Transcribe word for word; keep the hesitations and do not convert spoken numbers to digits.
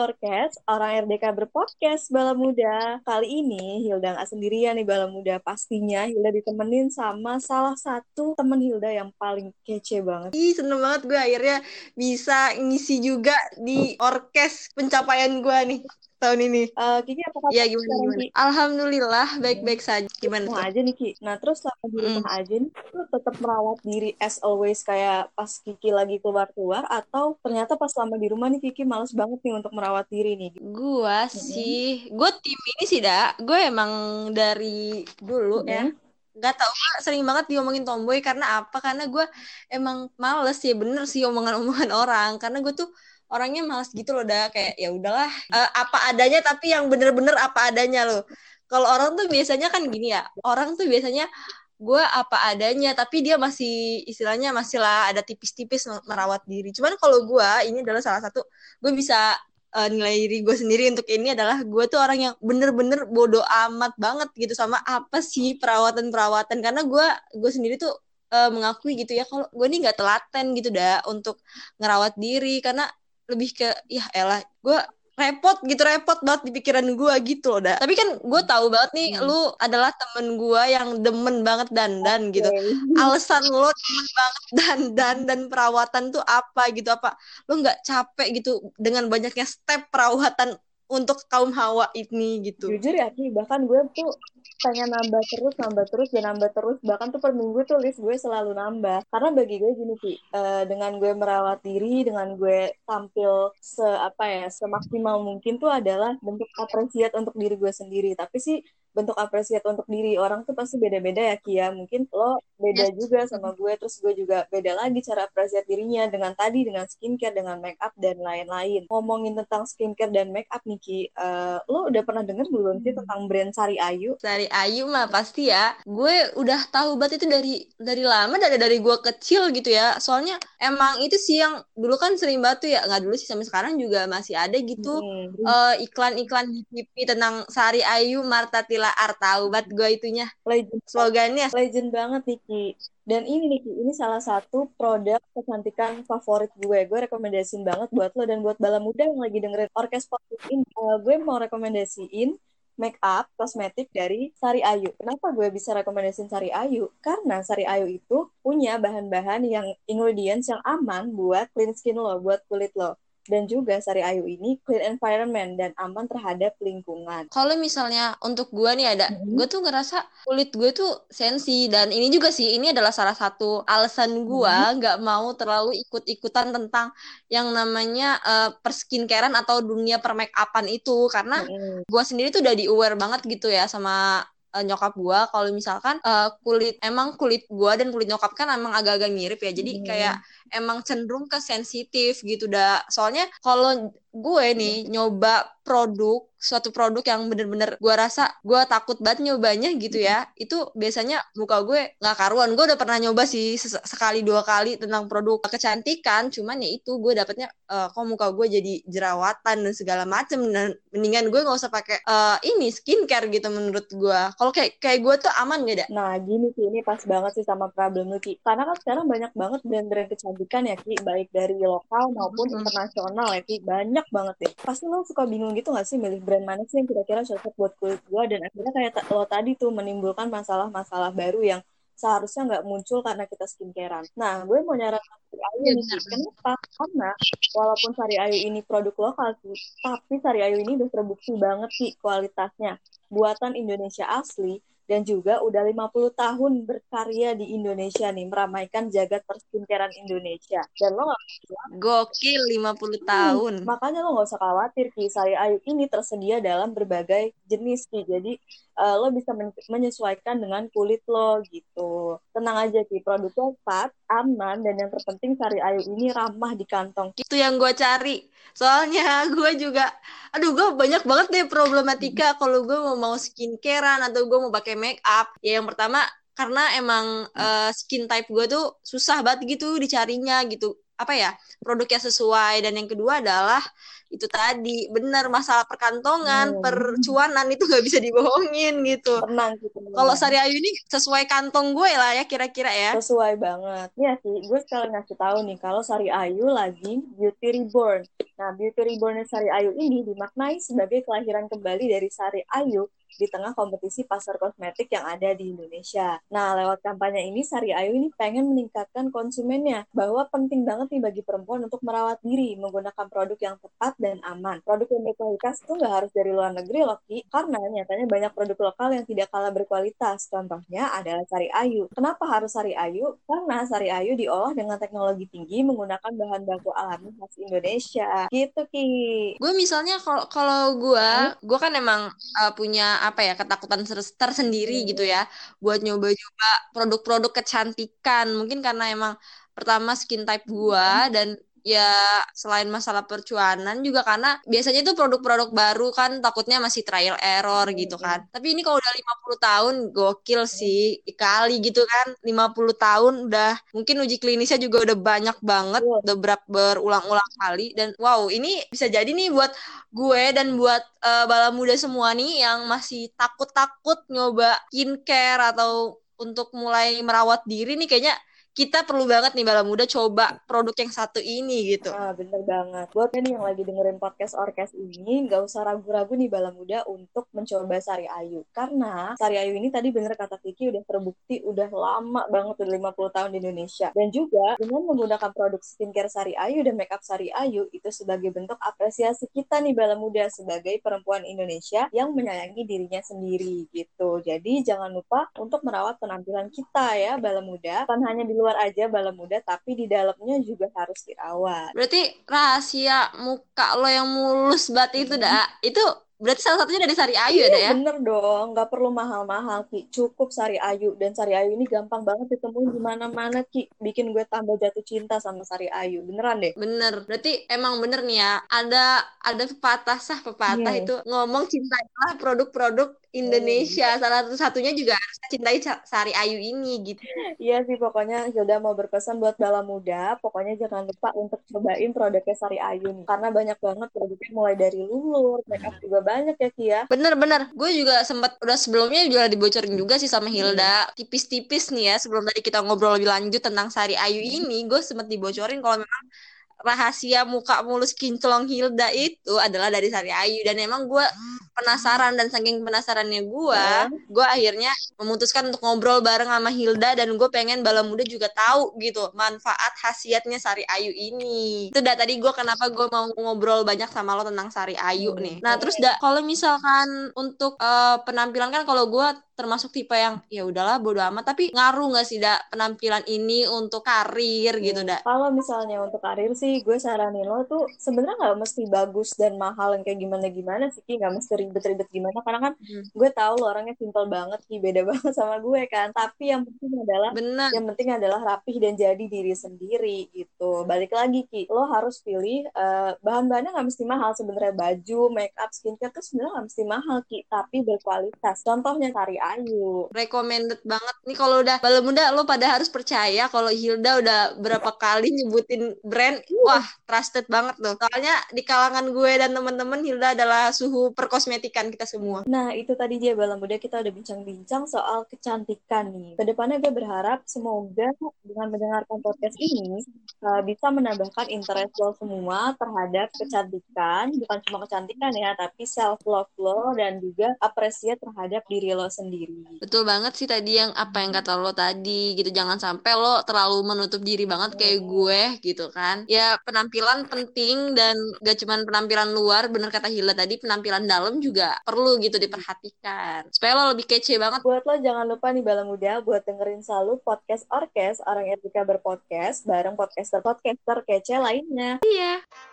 Orkes, orang R D K berpodcast Bala Muda. Kali ini Hilda nggak sendirian nih Bala Muda. Pastinya Hilda ditemenin sama salah satu temen Hilda yang paling kece banget. Ih, seneng banget gue akhirnya bisa ngisi juga di orkes pencapaian gue nih tahun ini. Uh, Kiki apa kabar Ya gimana sekarang, gimana? Ki? Alhamdulillah Hmm. baik-baik saja. Di Gimana rumah tuh? aja nih, Ki. Nah, terus selama di rumah Mm. aja nih, lu tetap merawat diri as always kayak pas Kiki lagi keluar-keluar, atau ternyata pas selama di rumah nih Kiki males banget nih untuk merawat diri nih? Gua sih, Hmm. gue tim ini sih dah. Gue emang dari dulu ya. Hmm. Gak tau, gue sering banget diomongin tomboy karena apa? Karena gue emang males ya bener sih omongan-omongan orang. Karena gue tuh orangnya males gitu loh dah. Kayak ya udahlah, eh, apa adanya tapi yang bener-bener apa adanya loh. Kalau orang tuh biasanya kan gini ya. Orang tuh biasanya gue apa adanya tapi dia masih istilahnya masih lah ada tipis-tipis merawat diri. Cuman kalau gue ini adalah salah satu gue bisa uh, nilai diri gue sendiri untuk ini adalah gue tuh orang yang bener-bener bodoh amat banget gitu sama apa sih perawatan-perawatan karena gue gue sendiri tuh uh, mengakui gitu ya kalau gue ini nggak telaten gitu dah untuk ngerawat diri karena lebih ke ya elah gue repot gitu repot banget di pikiran gue gitu loh dah tapi kan gue tahu banget nih Hmm. lu adalah temen gue yang demen banget dandan gitu Oke. alasan lo demen banget dandan dan perawatan tuh apa gitu apa lo nggak capek gitu dengan banyaknya step perawatan untuk kaum hawa ini gitu. Jujur ya Ki, bahkan gue tuh pengen nambah terus, nambah terus, dan nambah terus. Bahkan tuh per minggu tuh list gue selalu nambah. Karena bagi gue gini Ki, eh, dengan gue merawat diri, dengan gue tampil se apa ya, semaksimal mungkin tuh adalah bentuk apresiat untuk diri gue sendiri. Tapi sih bentuk apresiat untuk diri orang tuh pasti beda-beda ya Ki ya. Mungkin lo beda Yes. juga sama gue, terus gue juga beda lagi cara apresiat dirinya dengan tadi, dengan skincare, dengan make up, dan lain-lain. Ngomongin tentang skincare dan make up nih Ki, eh, lo udah pernah denger belum sih tentang brand Sari Ayu? Dari Ayu mah pasti ya. Gue udah tahu banget itu dari dari lama dari dari gue kecil gitu ya. Soalnya emang itu sih yang dulu kan sering banget tuh ya. Nggak dulu sih sampai sekarang juga masih ada gitu Hmm, eh, iklan-iklan di T V tentang Sari Ayu Marta Tilaar tahu banget gue itunya. legend, Slogannya. legend banget nih Ki. Dan ini nih Ki, ini salah satu produk kecantikan favorit gue. Gue rekomendasiin banget buat lo dan buat bala muda yang lagi dengerin Orkes Podcast ini. Eh, gue mau rekomendasiin make up kosmetik dari Sari Ayu. Kenapa gue bisa rekomendasiin Sari Ayu? Karena Sari Ayu itu punya bahan-bahan yang ingredients yang aman buat clean skin lo, buat kulit lo. Dan juga Sari Ayu ini clean environment dan aman terhadap lingkungan. Kalau misalnya untuk gue nih ada, gue Mhm. tuh ngerasa kulit gue tuh sensi dan ini juga sih ini adalah salah satu alasan gue Mhm. nggak mau terlalu ikut-ikutan tentang yang namanya uh, perskincarean atau dunia permake upan itu karena Mhm. gue sendiri tuh udah di aware banget gitu ya sama uh, nyokap gue kalau misalkan uh, kulit emang kulit gue dan kulit nyokap kan emang agak-agak mirip ya jadi kayak Mhm. emang cenderung ke sensitif gitu dah soalnya kalau gue nih nyoba produk suatu produk yang bener-bener gue rasa gue takut banget nyobanya gitu ya itu biasanya muka gue nggak karuan gue udah pernah nyoba sih ses- sekali dua kali tentang produk kecantikan cuman ya itu gue dapetnya uh, kok muka gue jadi jerawatan dan segala macem dan mendingan gue nggak usah pakai uh, ini skincare gitu menurut gue kalau kayak kayak gue tuh aman gak ada. Nah, gini sih, ini pas banget sih sama problem lu, Ki. Karena kan sekarang banyak banget brand-brand kecantikan ya, Ki. Baik dari lokal maupun internasional ya, Ki. Banyak banget deh. Pasti lo suka bingung gitu gak sih milih brand mana sih yang kira-kira cocok buat kulit gua. Dan akhirnya kayak ta- lo tadi tuh menimbulkan masalah-masalah baru yang seharusnya nggak muncul karena kita skincarean. Nah, gue mau nyaranin Sari Ayu Iya nih, Ki. benar. Kenapa? Karena walaupun Sari Ayu ini produk lokal, Ki, tapi Sari Ayu ini udah terbukti banget, Ki, kualitasnya. Buatan Indonesia asli, dan juga udah lima puluh tahun berkarya di Indonesia nih, meramaikan jagat perskincarean Indonesia. Dan lo gak, Gokil lima puluh hmm, tahun. makanya lo nggak usah khawatir, Ki. Sari Ayu ini tersedia dalam berbagai jenis, Ki. Jadi uh, lo bisa men- menyesuaikan dengan kulit lo gitu. Tenang aja, Ki. Produknya cepat, aman, dan yang terpenting Sari Ayu ini ramah di kantong. Itu yang gue cari soalnya gue juga aduh gue banyak banget deh problematika kalau gue mau mau skincarean atau gue mau pakai make up ya yang pertama karena emang uh, skin type gue tuh susah banget gitu dicarinya gitu apa ya produknya sesuai dan yang kedua adalah itu tadi benar masalah perkantongan, Hmm. percuanan itu nggak bisa dibohongin gitu. Tenang gitu. Kalau Sari Ayu ini sesuai kantong gue lah ya kira-kira ya. Sesuai banget. Iya sih, gue sekalian ngasih tahu nih kalau Sari Ayu lagi Beauty Reborn. Nah, Beauty Reborn Sari Ayu ini dimaknai sebagai kelahiran kembali dari Sari Ayu di tengah kompetisi pasar kosmetik yang ada di Indonesia. Nah, lewat kampanye ini, Sari Ayu ini pengen meningkatkan konsumennya, bahwa penting banget nih bagi perempuan untuk merawat diri, menggunakan produk yang tepat dan aman. Produk yang berkualitas itu nggak harus dari luar negeri loh, Ki, karena nyatanya banyak produk lokal yang tidak kalah berkualitas. Contohnya adalah Sari Ayu. Kenapa harus Sari Ayu? Karena Sari Ayu diolah dengan teknologi tinggi menggunakan bahan baku alami khas Indonesia. Gitu, Ki. Gue misalnya kalau kalau gue, gue kan emang uh, punya apa ya ketakutan tersendiri gitu ya buat nyoba-nyoba produk-produk kecantikan. Mungkin karena emang pertama skin type gue dan ya selain masalah percuanan juga karena biasanya itu produk-produk baru kan takutnya masih trial error gitu kan. Tapi ini kalau udah lima puluh tahun gokil sih kali gitu kan. lima puluh tahun udah mungkin uji klinisnya juga udah banyak banget, udah ber- berulang-ulang kali dan wow ini bisa jadi nih buat gue dan buat uh, bala muda semua nih yang masih takut-takut nyoba skincare atau untuk mulai merawat diri nih kayaknya kita perlu banget nih bala muda coba produk yang satu ini gitu. Ah, bener banget. Buat nih yang lagi dengerin podcast Orkes ini, nggak usah ragu-ragu nih bala muda untuk mencoba Sari Ayu. Karena Sari Ayu ini tadi bener kata Kiki udah terbukti udah lama banget, udah lima puluh tahun di Indonesia. Dan juga dengan menggunakan produk skincare Sari Ayu dan makeup Sari Ayu, itu sebagai bentuk apresiasi kita nih bala muda sebagai perempuan Indonesia yang menyayangi dirinya sendiri gitu. Jadi jangan lupa untuk merawat penampilan kita ya bala muda. Bukan hanya di luar aja bala muda, tapi di dalamnya juga harus dirawat. Berarti rahasia muka lo yang mulus banget itu dah, itu berarti salah satunya dari Sari Ayu iya, ada ya? Bener dong, nggak perlu mahal-mahal Ki, cukup Sari Ayu. Dan Sari Ayu ini gampang banget ditemuin di mana-mana Ki, bikin gue tambah jatuh cinta sama Sari Ayu, beneran deh. Bener, berarti emang bener nih ya, ada ada pepatah sah pepatah Hmm. itu ngomong cintailah produk-produk Indonesia, salah satu-satunya juga harus cintai Sari Ayu ini gitu. Iya sih, pokoknya Hilda mau berpesan buat bala muda, pokoknya jangan lupa untuk cobain produknya Sari Ayu nih, karena banyak banget produknya mulai dari lulur, makeup juga banyak ya Ki ya. Bener-bener, gue juga sempat udah sebelumnya juga dibocorin juga sih sama Hilda, tipis-tipis nih ya sebelum tadi kita ngobrol lebih lanjut tentang Sari Ayu ini, gue sempat dibocorin kalau memang rahasia muka mulus kinclong Hilda itu adalah dari Sari Ayu dan emang gue penasaran dan saking penasarannya gue, gue akhirnya memutuskan untuk ngobrol bareng sama Hilda dan gue pengen bala muda juga tahu gitu manfaat khasiatnya Sari Ayu ini. Itu dah tadi gue kenapa gue mau ngobrol banyak sama lo tentang Sari Ayu nih. Nah terus dah kalau misalkan untuk uh, penampilan kan kalau gue termasuk tipe yang ya udahlah bodo amat tapi ngaruh nggak sih dak penampilan ini untuk karir gitu Hmm. dak? Kalau misalnya untuk karir sih gue saranin lo tuh sebenarnya nggak mesti bagus dan mahal yang kayak gimana gimana sih Ki, nggak mesti ribet-ribet gimana karena kan Hmm. gue tahu lo orangnya simple banget Ki, beda banget sama gue kan, tapi yang penting adalah Bener. yang penting adalah rapih dan jadi diri sendiri gitu. Balik lagi Ki, lo harus pilih uh, bahan-bahannya nggak mesti mahal sebenarnya, baju, make up, skincare tuh sebenarnya nggak mesti mahal Ki, tapi berkualitas. Contohnya Sari Ayu. Recommended banget nih kalau udah bala muda lo pada harus percaya kalau Hilda udah berapa kali nyebutin brand, wah trusted banget loh. Soalnya di kalangan gue dan teman-teman Hilda adalah suhu perkosmetikan kita semua. Nah, itu tadi dia bala muda kita udah bincang-bincang soal kecantikan nih. Kedepannya gue berharap semoga dengan mendengarkan podcast ini uh, bisa menambahkan interest lo semua terhadap kecantikan, bukan cuma kecantikan ya, tapi self love lo dan juga appreciate terhadap diri lo sendiri. Betul banget sih tadi yang apa yang kata lo tadi gitu, jangan sampai lo terlalu menutup diri banget kayak gue gitu kan. Ya penampilan penting dan gak cuma penampilan luar, bener kata Hilda tadi, penampilan dalam juga perlu gitu diperhatikan supaya lo lebih kece banget. Buat lo jangan lupa nih bala muda buat dengerin selalu podcast Orkes, Orang Etika Berpodcast bareng podcaster-podcaster kece lainnya. Iya.